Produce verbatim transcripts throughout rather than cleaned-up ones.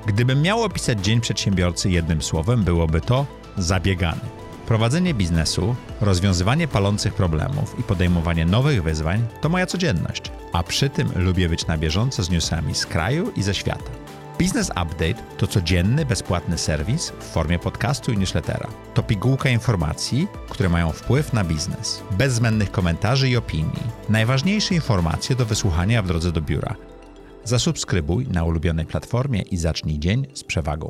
Gdybym miał opisać dzień przedsiębiorcy jednym słowem, byłoby to zabiegany. Prowadzenie biznesu, rozwiązywanie palących problemów i podejmowanie nowych wyzwań to moja codzienność, a przy tym lubię być na bieżąco z newsami z kraju i ze świata. Business Update to codzienny, bezpłatny serwis w formie podcastu i newslettera. To pigułka informacji, które mają wpływ na biznes. Bez zbędnych komentarzy i opinii. Najważniejsze informacje do wysłuchania w drodze do biura. Zasubskrybuj na ulubionej platformie i zacznij dzień z przewagą.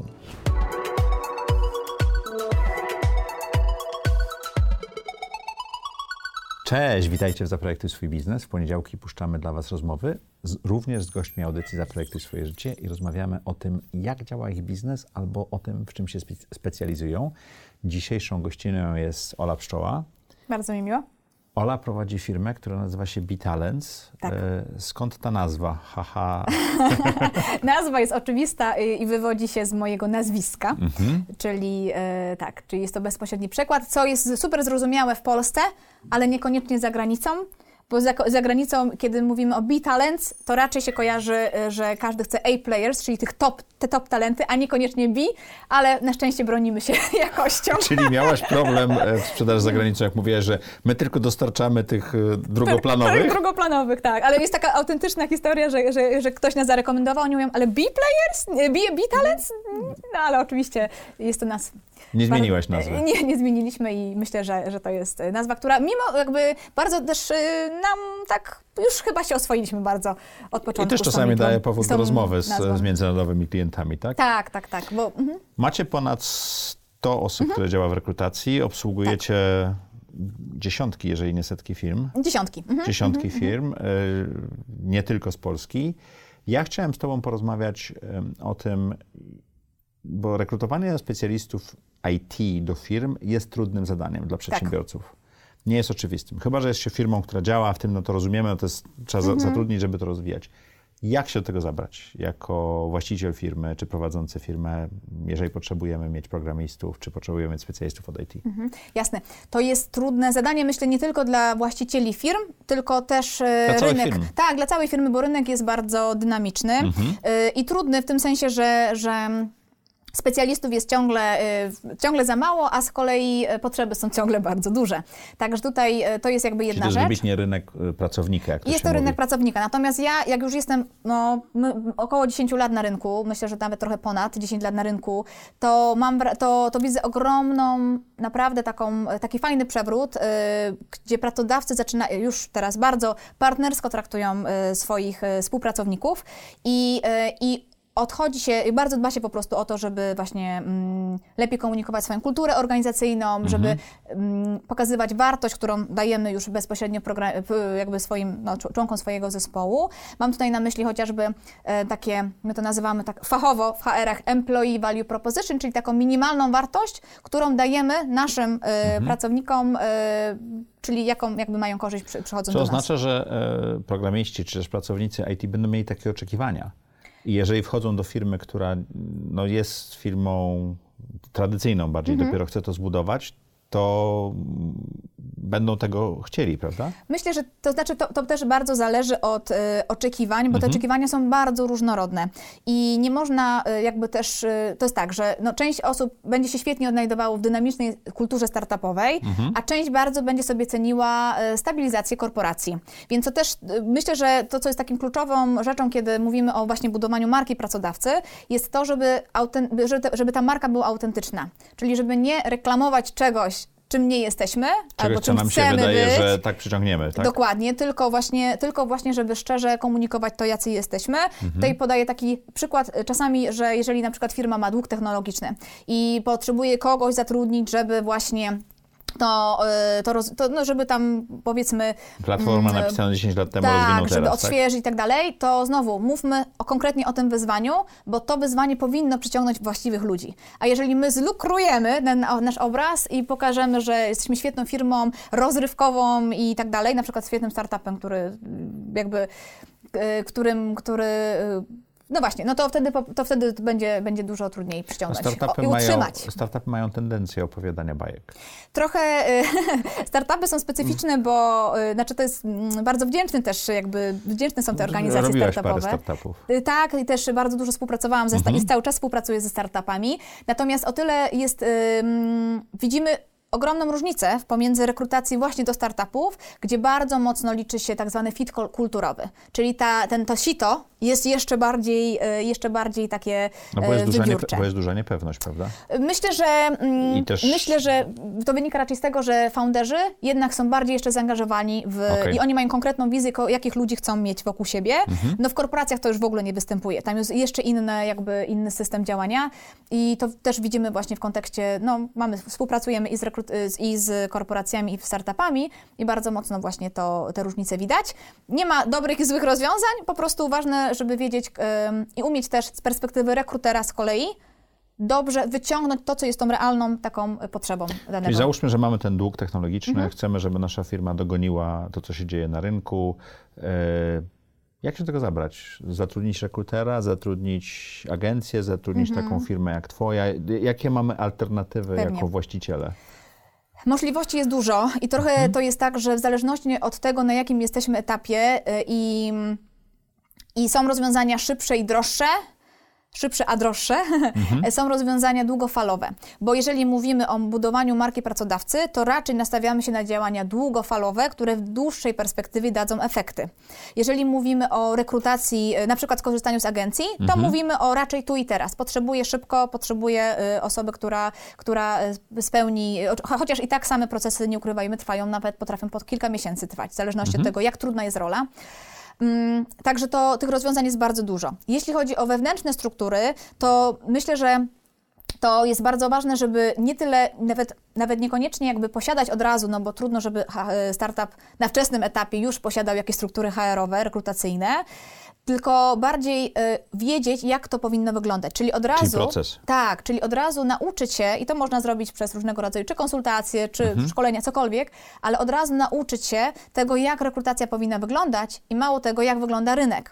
Cześć, witajcie w Zaprojektuj Swój Biznes. W poniedziałki puszczamy dla Was rozmowy, z, również z gośćmi audycji Zaprojektuj Swoje Życie i rozmawiamy o tym, jak działa ich biznes albo o tym, w czym się spe- specjalizują. Dzisiejszą gościnią jest Ola Pszczoła. Bardzo mi miło. Ola prowadzi firmę, która nazywa się B-Talents. Tak. E, skąd ta nazwa? Haha. Nazwa jest oczywista i wywodzi się z mojego nazwiska, Mhm. czyli e, tak, czyli jest to bezpośredni przekład, co jest super zrozumiałe w Polsce, ale niekoniecznie za granicą. Bo za, za granicą, kiedy mówimy o B-Talents, to raczej się kojarzy, że każdy chce A-players, czyli tych top, te top talenty, a niekoniecznie B, ale na szczęście bronimy się jakością. Czyli miałaś problem w sprzedaży za granicą, jak mówiłaś, że my tylko dostarczamy tych drugoplanowych? Tak, drugoplanowych, tak. Ale jest taka autentyczna historia, że, że, że ktoś nas zarekomendował, oni mówią, ale B-players? B-Talents? No ale oczywiście jest to nas... Nie zmieniłaś nazwy. Nie, nie zmieniliśmy i myślę, że, że to jest nazwa, która mimo jakby bardzo też nam tak już chyba się oswoiliśmy bardzo od początku. I też czasami tą, daje powód do rozmowy z, z międzynarodowymi klientami, tak? Tak, tak, tak. Bo, mhm. Macie ponad sto osób, mhm. które działa w rekrutacji, obsługujecie tak. dziesiątki, jeżeli nie setki firm. Dziesiątki. Mhm. Dziesiątki mhm. firm, nie tylko z Polski. Ja chciałem z Tobą porozmawiać o tym, bo rekrutowanie specjalistów I T do firm jest trudnym zadaniem dla przedsiębiorców. Tak. Nie jest oczywistym. Chyba że jest się firmą, która działa, w tym no to rozumiemy, no to jest, trzeba mhm. zatrudnić, żeby to rozwijać. Jak się do tego zabrać jako właściciel firmy, czy prowadzący firmę, jeżeli potrzebujemy mieć programistów, czy potrzebujemy mieć specjalistów od I T? Mhm. Jasne. To jest trudne zadanie, myślę, nie tylko dla właścicieli firm, tylko też dla rynek. Firm. Tak, dla całej firmy, bo rynek jest bardzo dynamiczny mhm. i trudny w tym sensie, że, że specjalistów jest ciągle, ciągle za mało, a z kolei potrzeby są ciągle bardzo duże. Także tutaj to jest jakby jedna Czyli rzecz. to jest nie rynek pracownika, jak to Jest się to rynek mówi. pracownika. Natomiast ja, jak już jestem no, około dziesięć lat na rynku, myślę, że nawet trochę ponad dziesięć lat na rynku, to mam, to, to widzę ogromną, naprawdę taką, taki fajny przewrót, yy, gdzie pracodawcy zaczynają już teraz bardzo partnersko traktują yy, swoich yy, współpracowników i, yy, i odchodzi się, bardzo dba się po prostu o to, żeby właśnie mm, lepiej komunikować swoją kulturę organizacyjną, mhm. żeby mm, pokazywać wartość, którą dajemy już bezpośrednio program- jakby swoim, no, członkom swojego zespołu. Mam tutaj na myśli chociażby e, takie, my to nazywamy tak fachowo w H R-ach Employee Value Proposition, czyli taką minimalną wartość, którą dajemy naszym e, mhm. pracownikom, e, czyli jaką jakby mają korzyść przy, przychodząc Co do nas. To oznacza, że e, programiści czy też pracownicy I T będą mieli takie oczekiwania. I jeżeli wchodzą do firmy, która no, jest firmą tradycyjną bardziej, mhm. dopiero chce to zbudować, to będą tego chcieli, prawda? Myślę, że to znaczy to, to też bardzo zależy od y, oczekiwań, bo mhm. te oczekiwania są bardzo różnorodne i nie można y, jakby też, y, to jest tak, że no, część osób będzie się świetnie odnajdowało w dynamicznej kulturze startupowej, mhm. a część bardzo będzie sobie ceniła y, stabilizację korporacji. Więc to też y, myślę, że to, co jest takim kluczową rzeczą, kiedy mówimy o właśnie budowaniu marki pracodawcy, jest to, żeby, autent- żeby, te, żeby ta marka była autentyczna. Czyli żeby nie reklamować czegoś, czym nie jesteśmy, Czegoś, albo co czym nam się chcemy wydaje, być. że tak przyciągniemy, tak? Dokładnie, tylko właśnie, tylko właśnie, żeby szczerze komunikować to, jacy jesteśmy. Mhm. Tutaj podaję taki przykład czasami, że jeżeli na przykład firma ma dług technologiczny i potrzebuje kogoś zatrudnić, żeby właśnie to, to, roz, to no żeby tam powiedzmy... Platforma mm, napisana dziesięć lat temu, tak, rozwinął żeby teraz, odświeżyć tak? i tak dalej, to znowu mówmy o, konkretnie o tym wyzwaniu, bo to wyzwanie powinno przyciągnąć właściwych ludzi. A jeżeli my zlukrujemy ten nasz obraz i pokażemy, że jesteśmy świetną firmą rozrywkową i tak dalej, na przykład świetnym startupem, który jakby, którym, który No właśnie, no to wtedy, to wtedy będzie, będzie dużo trudniej przyciągnąć startupy o, i utrzymać. Mają, startupy mają tendencję opowiadania bajek. Trochę startupy są specyficzne, bo znaczy to jest bardzo wdzięczny też, jakby wdzięczne są te organizacje Robiłaś startupowe. Parę startupów. Tak, i też bardzo dużo współpracowałam ze, mhm. i cały czas współpracuję ze startupami. Natomiast o tyle jest, ym, widzimy ogromną różnicę pomiędzy rekrutacji właśnie do startupów, gdzie bardzo mocno liczy się tak zwany fit kulturowy, czyli ta, ten, to sito jest jeszcze bardziej, jeszcze bardziej takie no bo jest, duża wybiórcze. nie, bo jest duża niepewność, prawda? Myślę, że I też... myślę, że to wynika raczej z tego, że founderzy jednak są bardziej jeszcze zaangażowani w, okay. i oni mają konkretną wizję, jakich ludzi chcą mieć wokół siebie. Mhm. No w korporacjach to już w ogóle nie występuje. Tam jest jeszcze inny, jakby inny system działania i to też widzimy właśnie w kontekście, no mamy, współpracujemy i z, rekrut- i z korporacjami, i z startupami i bardzo mocno właśnie to, te różnice widać. Nie ma dobrych i złych rozwiązań, po prostu ważne, żeby wiedzieć ym, i umieć też z perspektywy rekrutera z kolei dobrze wyciągnąć to, co jest tą realną taką potrzebą danego. Czyli załóżmy, że mamy ten dług technologiczny, mhm. chcemy, żeby nasza firma dogoniła to, co się dzieje na rynku. Yy, jak się do tego zabrać? Zatrudnić rekrutera, zatrudnić agencję, zatrudnić mhm. taką firmę jak twoja? Jakie mamy alternatywy Pewnie. jako właściciele? Możliwości jest dużo i trochę mhm. to jest tak, że w zależności od tego, na jakim jesteśmy etapie i, i są rozwiązania szybsze i droższe, szybsze, a droższe, mhm. są rozwiązania długofalowe. Bo jeżeli mówimy o budowaniu marki pracodawcy, to raczej nastawiamy się na działania długofalowe, które w dłuższej perspektywie dadzą efekty. Jeżeli mówimy o rekrutacji, na przykład korzystaniu z agencji, to mhm. mówimy o raczej tu i teraz. Potrzebuję szybko, potrzebuję osoby, która, która spełni, chociaż i tak same procesy, nie ukrywajmy, trwają, nawet potrafią po kilka miesięcy trwać, w zależności mhm. od tego, jak trudna jest rola. Um, także to, tych rozwiązań jest bardzo dużo. Jeśli chodzi o wewnętrzne struktury, to myślę, że to jest bardzo ważne, żeby nie tyle, nawet, nawet niekoniecznie jakby posiadać od razu, no bo trudno, żeby startup na wczesnym etapie już posiadał jakieś struktury H R-owe, rekrutacyjne, tylko bardziej y, wiedzieć, jak to powinno wyglądać. Czyli od razu... Czyli proces. Tak, czyli od razu nauczyć się, i to można zrobić przez różnego rodzaju, czy konsultacje, czy mhm. szkolenia, cokolwiek, ale od razu nauczyć się tego, jak rekrutacja powinna wyglądać i mało tego, jak wygląda rynek.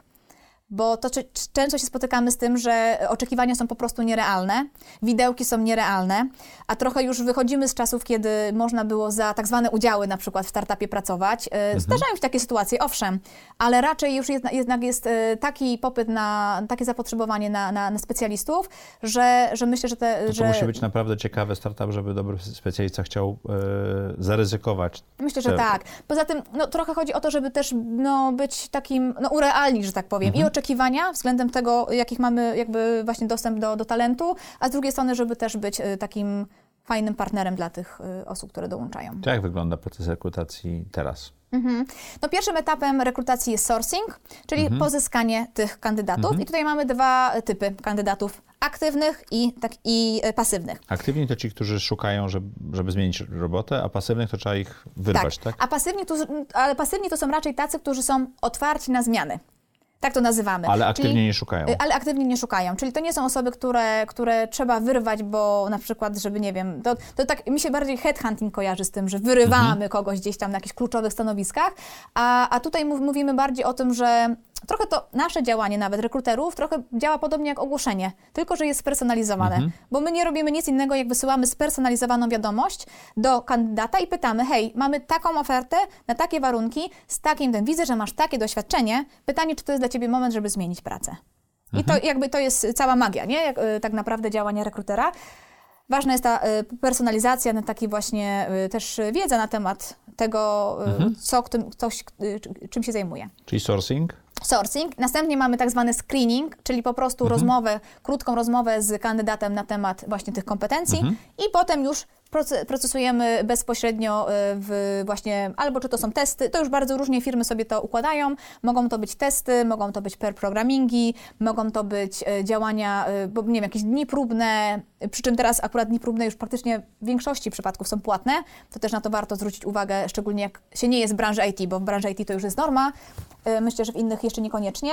Bo to czy, często się spotykamy z tym, że oczekiwania są po prostu nierealne, widełki są nierealne, a trochę już wychodzimy z czasów, kiedy można było za tak zwane udziały na przykład w startupie pracować. Mhm. Zdarzają się takie sytuacje, owszem, ale raczej już jest, jednak jest taki popyt na, takie zapotrzebowanie na, na, na specjalistów, że, że myślę, że... Te, to, że... to musi być naprawdę ciekawy startup, żeby dobry specjalista chciał e, zaryzykować. Myślę, że te... tak. Poza tym no, trochę chodzi o to, żeby też no, być takim, no urealnić, że tak powiem, mhm. i oczekiwania względem tego, jakich mamy jakby właśnie dostęp do, do talentu, a z drugiej strony, żeby też być takim fajnym partnerem dla tych osób, które dołączają. To jak wygląda proces rekrutacji teraz? Mhm. No, pierwszym etapem rekrutacji jest sourcing, czyli mhm. pozyskanie tych kandydatów. Mhm. I tutaj mamy dwa typy kandydatów. Aktywnych i, tak, i pasywnych. Aktywni to ci, którzy szukają, żeby, żeby zmienić robotę, a pasywnych to trzeba ich wyrwać, tak? tak? A pasywni to, ale pasywni to są raczej tacy, którzy są otwarci na zmiany. Tak to nazywamy. Ale aktywnie Czyli, nie szukają. Ale aktywnie nie szukają. Czyli to nie są osoby, które, które trzeba wyrwać, bo na przykład, żeby nie wiem, to, to tak mi się bardziej headhunting kojarzy z tym, że wyrywamy mhm. kogoś gdzieś tam na jakichś kluczowych stanowiskach, a, a tutaj mów, mówimy bardziej o tym, że trochę to nasze działanie nawet rekruterów trochę działa podobnie jak ogłoszenie, tylko że jest spersonalizowane, mhm. bo my nie robimy nic innego, jak wysyłamy spersonalizowaną wiadomość do kandydata i pytamy, hej, mamy taką ofertę na takie warunki, z takim tym, widzę, że masz takie doświadczenie, pytanie, czy to jest dla Ciebie moment, żeby zmienić pracę. Mhm. I to jakby to jest cała magia, nie? Jak, tak naprawdę działania rekrutera. Ważna jest ta personalizacja, no, taki właśnie też wiedza na temat tego, mhm. co ktoś, czym się zajmuje. Czyli sourcing? Sourcing. Następnie mamy tak zwany screening, czyli po prostu mhm. rozmowę, krótką rozmowę z kandydatem na temat właśnie tych kompetencji mhm. i potem już procesujemy bezpośrednio w właśnie, albo czy to są testy, to już bardzo różnie firmy sobie to układają, mogą to być testy, mogą to być pair programmingi, mogą to być działania, bo nie wiem, jakieś dni próbne, przy czym teraz akurat dni próbne już praktycznie w większości przypadków są płatne, to też na to warto zwrócić uwagę, szczególnie jak się nie jest w branży I T, bo w branży I T to już jest norma, myślę, że w innych jeszcze niekoniecznie.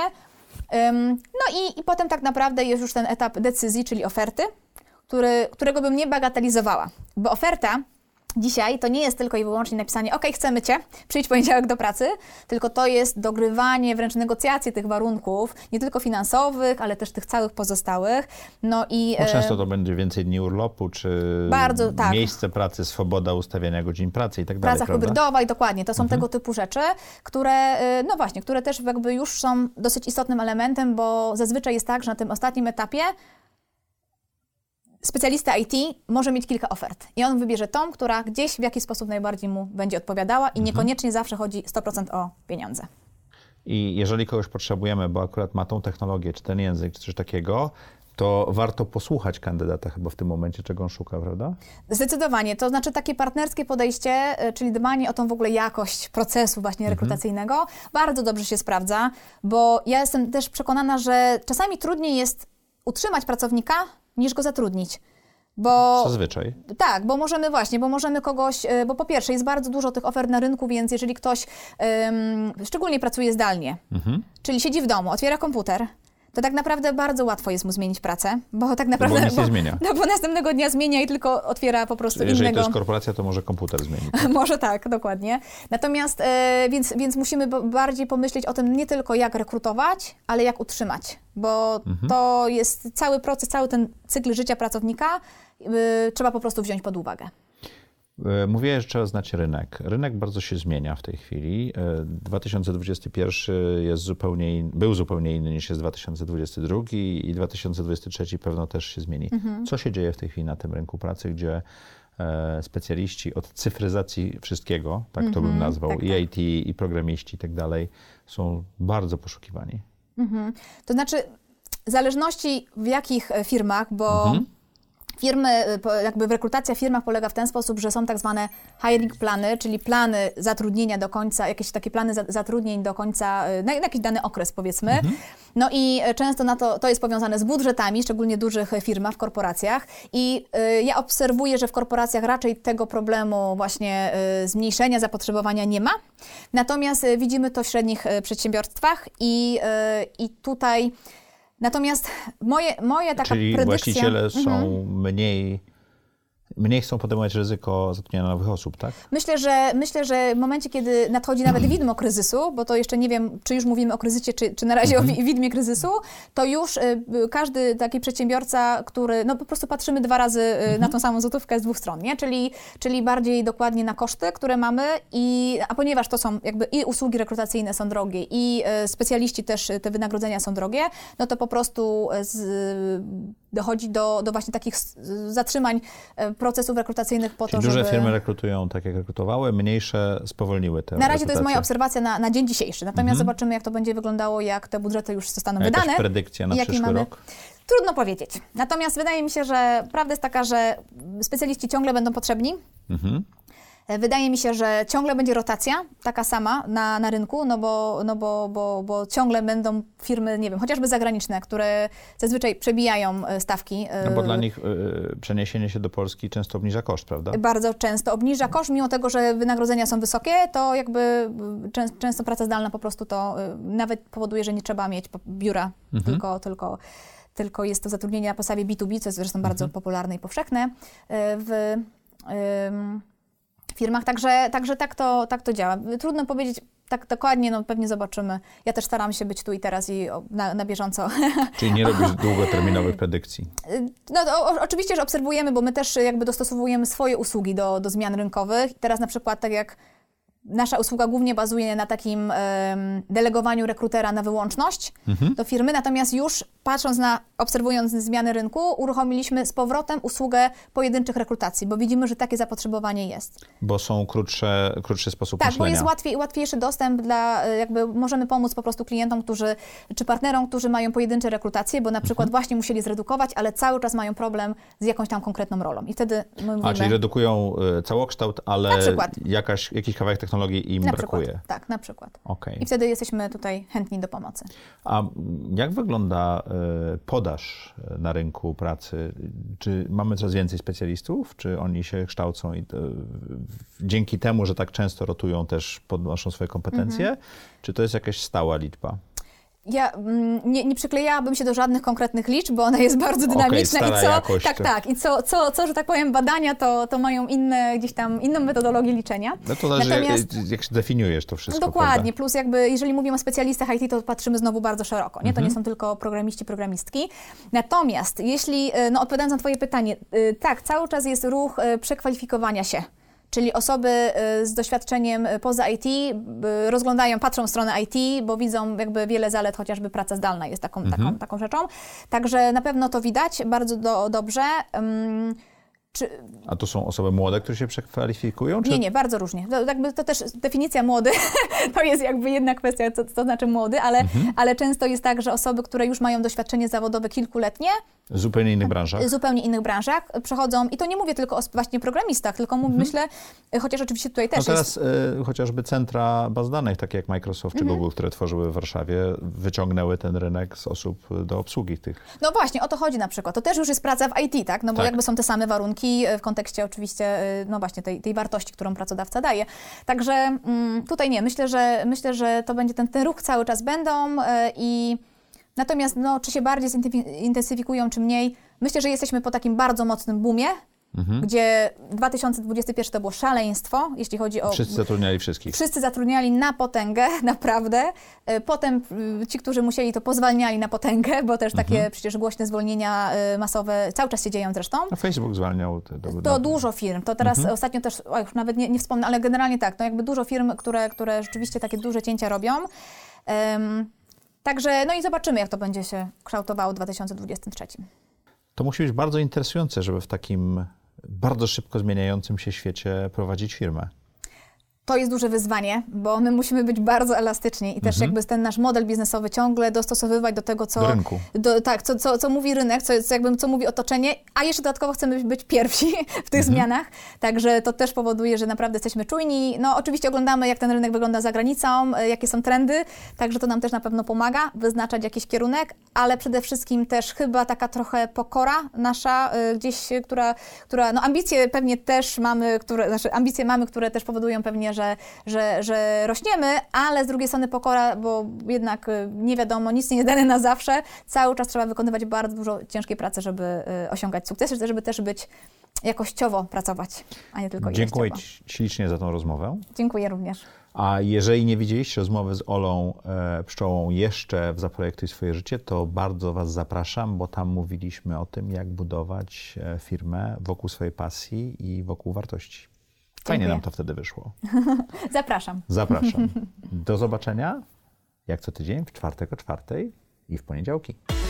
No i, i potem tak naprawdę jest już ten etap decyzji, czyli oferty, który, którego bym nie bagatelizowała, bo oferta dzisiaj to nie jest tylko i wyłącznie napisanie, ok, chcemy Cię, przyjdź w poniedziałek do pracy, tylko to jest dogrywanie, wręcz negocjacje tych warunków, nie tylko finansowych, ale też tych całych pozostałych. No i Bo często to będzie więcej dni urlopu, czy bardzo, tak. miejsce pracy, swoboda ustawiania godzin pracy i tak dalej. Praca prawda? hybrydowa i dokładnie, to są Mhm. tego typu rzeczy, które, no właśnie, które też jakby już są dosyć istotnym elementem, bo zazwyczaj jest tak, że na tym ostatnim etapie specjalista I T może mieć kilka ofert i on wybierze tą, która gdzieś w jakiś sposób najbardziej mu będzie odpowiadała i niekoniecznie zawsze chodzi sto procent o pieniądze. I jeżeli kogoś potrzebujemy, bo akurat ma tą technologię, czy ten język, czy coś takiego, to warto posłuchać kandydata chyba w tym momencie, czego on szuka, prawda? Zdecydowanie. To znaczy takie partnerskie podejście, czyli dbanie o tą w ogóle jakość procesu właśnie rekrutacyjnego, mhm. bardzo dobrze się sprawdza, bo ja jestem też przekonana, że czasami trudniej jest utrzymać pracownika, niż go zatrudnić. Bo, Zazwyczaj. Tak, bo możemy właśnie, bo możemy kogoś, bo po pierwsze jest bardzo dużo tych ofert na rynku, więc jeżeli ktoś um, szczególnie pracuje zdalnie, mhm. czyli siedzi w domu, otwiera komputer, to tak naprawdę bardzo łatwo jest mu zmienić pracę, bo tak naprawdę... No bo nic nie bo, zmienia. No bo następnego dnia zmienia i tylko otwiera po prostu Jeżeli innego... Jeżeli to jest korporacja, to może komputer zmienić. Może tak, dokładnie. Natomiast, e, więc, więc musimy bardziej pomyśleć o tym nie tylko jak rekrutować, ale jak utrzymać, bo mhm. to jest cały proces, cały ten cykl życia pracownika y, trzeba po prostu wziąć pod uwagę. Mówiłeś, że trzeba znać rynek. Rynek bardzo się zmienia w tej chwili. dwa tysiące dwudziesty pierwszy jest zupełnie, był zupełnie inny niż jest dwa tysiące dwudziesty drugi i dwa tysiące dwudziesty trzeci pewno też się zmieni. Mhm. Co się dzieje w tej chwili na tym rynku pracy, gdzie e, specjaliści od cyfryzacji wszystkiego, tak to bym nazwał, tak, tak. i I T, i programiści i tak dalej, są bardzo poszukiwani? Mhm. To znaczy, w zależności w jakich firmach, bo mhm. firmy, jakby rekrutacja w firmach polega w ten sposób, że są tak zwane hiring plany, czyli plany zatrudnienia do końca, jakieś takie plany zatrudnień do końca, na jakiś dany okres powiedzmy. Mhm. No i często na to, to jest powiązane z budżetami, szczególnie dużych firmach, w korporacjach i y, ja obserwuję, że w korporacjach raczej tego problemu właśnie y, zmniejszenia zapotrzebowania nie ma. Natomiast y, widzimy to w średnich y, przedsiębiorstwach i, y, i tutaj Natomiast moje, moje taka Czyli predykcja... właściciele są mhm. mniej, mniej chcą podejmować ryzyko zatrudnienia nowych osób, tak? Myślę, że myślę, że w momencie, kiedy nadchodzi nawet widmo kryzysu, bo to jeszcze nie wiem, czy już mówimy o kryzysie, czy, czy na razie mhm. o widmie kryzysu, to już y, każdy taki przedsiębiorca, który, no po prostu patrzymy dwa razy y, mhm. na tą samą złotówkę z dwóch stron, nie? Czyli, czyli bardziej dokładnie na koszty, które mamy, i, a ponieważ to są jakby i usługi rekrutacyjne są drogie, i y, specjaliści też, te wynagrodzenia są drogie, no to po prostu z, dochodzi do, do właśnie takich zatrzymań procesów rekrutacyjnych po Czyli to, duże żeby... firmy rekrutują tak, jak rekrutowały, mniejsze spowolniły te Na razie rekrutacje. to jest moja obserwacja na, na dzień dzisiejszy. Natomiast mhm. zobaczymy, jak to będzie wyglądało, jak te budżety już zostaną A jakaś wydane. predykcja na przyszły mamy... rok? Trudno powiedzieć. Natomiast wydaje mi się, że prawda jest taka, że specjaliści ciągle będą potrzebni. Mhm. Wydaje mi się, że ciągle będzie rotacja taka sama na, na rynku, no, bo, no bo, bo, bo ciągle będą firmy, nie wiem, chociażby zagraniczne, które zazwyczaj przebijają stawki. No bo dla nich y, przeniesienie się do Polski często obniża koszt, prawda? Bardzo często obniża koszt, mimo tego, że wynagrodzenia są wysokie, to jakby czę, często praca zdalna po prostu to y, nawet powoduje, że nie trzeba mieć biura, mhm. tylko, tylko, tylko jest to zatrudnienie na podstawie B dwa B, co jest zresztą mhm. bardzo popularne i powszechne w... Y, firmach, także, także tak, to, tak to działa. Trudno powiedzieć tak dokładnie, no pewnie zobaczymy. Ja też staram się być tu i teraz i na, na bieżąco. Czyli nie robisz długoterminowych predykcji? No to o, oczywiście, że obserwujemy, bo my też jakby dostosowujemy swoje usługi do, do zmian rynkowych. Teraz na przykład tak jak nasza usługa głównie bazuje na takim um, delegowaniu rekrutera na wyłączność mhm. do firmy, natomiast już patrząc na, obserwując zmiany rynku, uruchomiliśmy z powrotem usługę pojedynczych rekrutacji, bo widzimy, że takie zapotrzebowanie jest. Bo są krótsze, krótszy sposób tak, myślenia. Tak, bo jest łatwiej, łatwiejszy dostęp dla, jakby możemy pomóc po prostu klientom, którzy, czy partnerom, którzy mają pojedyncze rekrutacje, bo na przykład mhm. właśnie musieli zredukować, ale cały czas mają problem z jakąś tam konkretną rolą. I wtedy my mówimy... A, czyli redukują y, całokształt, ale jakaś, jakiś kawałek technologii im na brakuje. Przykład, tak, na przykład. Okay. I wtedy jesteśmy tutaj chętni do pomocy. A jak wygląda y, podaż na rynku pracy? Czy mamy coraz więcej specjalistów? Czy oni się kształcą i y, dzięki temu, że tak często rotują, też podnoszą swoje kompetencje? Mm-hmm. Czy to jest jakaś stała liczba? Ja mm, nie, nie przyklejałabym się do żadnych konkretnych liczb, bo ona jest bardzo dynamiczna. Okay, i co, jakość, tak, to... tak. I co, co, co, że tak powiem, badania to, to mają inne, gdzieś tam inną metodologię liczenia. No to zależy, Natomiast, jak, jak definiujesz to wszystko. Dokładnie, prawda? Plus jakby, jeżeli mówimy o specjalistach I T, to patrzymy znowu bardzo szeroko. Nie? To mhm. nie są tylko programiści, programistki. Natomiast jeśli, no odpowiadając na twoje pytanie, tak, cały czas jest ruch przekwalifikowania się. Czyli osoby z doświadczeniem poza I T rozglądają, patrzą w stronę I T, bo widzą jakby wiele zalet, chociażby praca zdalna jest taką, mhm. taką, taką rzeczą. Także na pewno to widać bardzo do, dobrze. Um, Czy... A to są osoby młode, które się przekwalifikują? Czy... Nie, nie, bardzo różnie. To, jakby to też definicja młody, to jest jakby jedna kwestia, co to znaczy młody, ale, mhm. ale często jest tak, że osoby, które już mają doświadczenie zawodowe kilkuletnie, w zupełnie innych branżach? W zupełnie innych branżach przechodzą, i to nie mówię tylko o właśnie programistach, tylko mhm. myślę, chociaż oczywiście tutaj też no teraz jest... y, chociażby centra baz danych, takie jak Microsoft czy mhm. Google, które tworzyły w Warszawie, wyciągnęły ten rynek z osób do obsługi tych. No właśnie, o to chodzi na przykład. To też już jest praca w I T, tak? No bo tak. jakby są te same warunki w kontekście oczywiście, no właśnie tej, tej wartości, którą pracodawca daje. Także mm, tutaj nie, myślę, że myślę, że to będzie ten, ten ruch cały czas będą y, i natomiast no, czy się bardziej zintensyfikują, czy mniej, myślę, że jesteśmy po takim bardzo mocnym boomie, mhm. gdzie dwa tysiące dwudziesty pierwszy to było szaleństwo, jeśli chodzi o... Wszyscy zatrudniali wszystkich. Wszyscy zatrudniali na potęgę, naprawdę. Potem ci, którzy musieli, to pozwalniali na potęgę, bo też takie mhm. przecież głośne zwolnienia masowe cały czas się dzieją zresztą. No Facebook zwalniał. Te, to to dużo firm. To teraz mhm. ostatnio też, o, już nawet nie, nie wspomnę, ale generalnie tak, no jakby dużo firm, które, które rzeczywiście takie duże cięcia robią. Um, Także, no i zobaczymy, jak to będzie się kształtowało w dwa tysiące dwudziestym trzecim. To musi być bardzo interesujące, żeby w takim bardzo szybko zmieniającym się świecie prowadzić firmę. To jest duże wyzwanie, bo my musimy być bardzo elastyczni i też mhm. jakby ten nasz model biznesowy ciągle dostosowywać do tego, co... Do rynku. Do, tak, co, co, co mówi rynek, co, co, jakby, co mówi otoczenie, a jeszcze dodatkowo chcemy być pierwsi w tych mhm. zmianach. Także to też powoduje, że naprawdę jesteśmy czujni. No oczywiście oglądamy, jak ten rynek wygląda za granicą, jakie są trendy, także to nam też na pewno pomaga wyznaczać jakiś kierunek, ale przede wszystkim też chyba taka trochę pokora nasza gdzieś, która... która no ambicje pewnie też mamy, które, znaczy ambicje mamy, które też powodują pewnie, Że, że, że rośniemy, ale z drugiej strony pokora, bo jednak nie wiadomo, nic nie jest dane na zawsze. Cały czas trzeba wykonywać bardzo dużo ciężkiej pracy, żeby osiągać sukcesy, żeby też być jakościowo pracować, a nie tylko ilościowo. Dziękuję Ci ślicznie za tą rozmowę. Dziękuję również. A jeżeli nie widzieliście rozmowy z Olą e, Pszczołą jeszcze w Zaprojektuj swoje życie, to bardzo Was zapraszam, bo tam mówiliśmy o tym, jak budować firmę wokół swojej pasji i wokół wartości. Fajnie Dziękuję. nam to wtedy wyszło. Zapraszam. Zapraszam. Do zobaczenia, jak co tydzień, w czwartek o czwartej i w poniedziałki.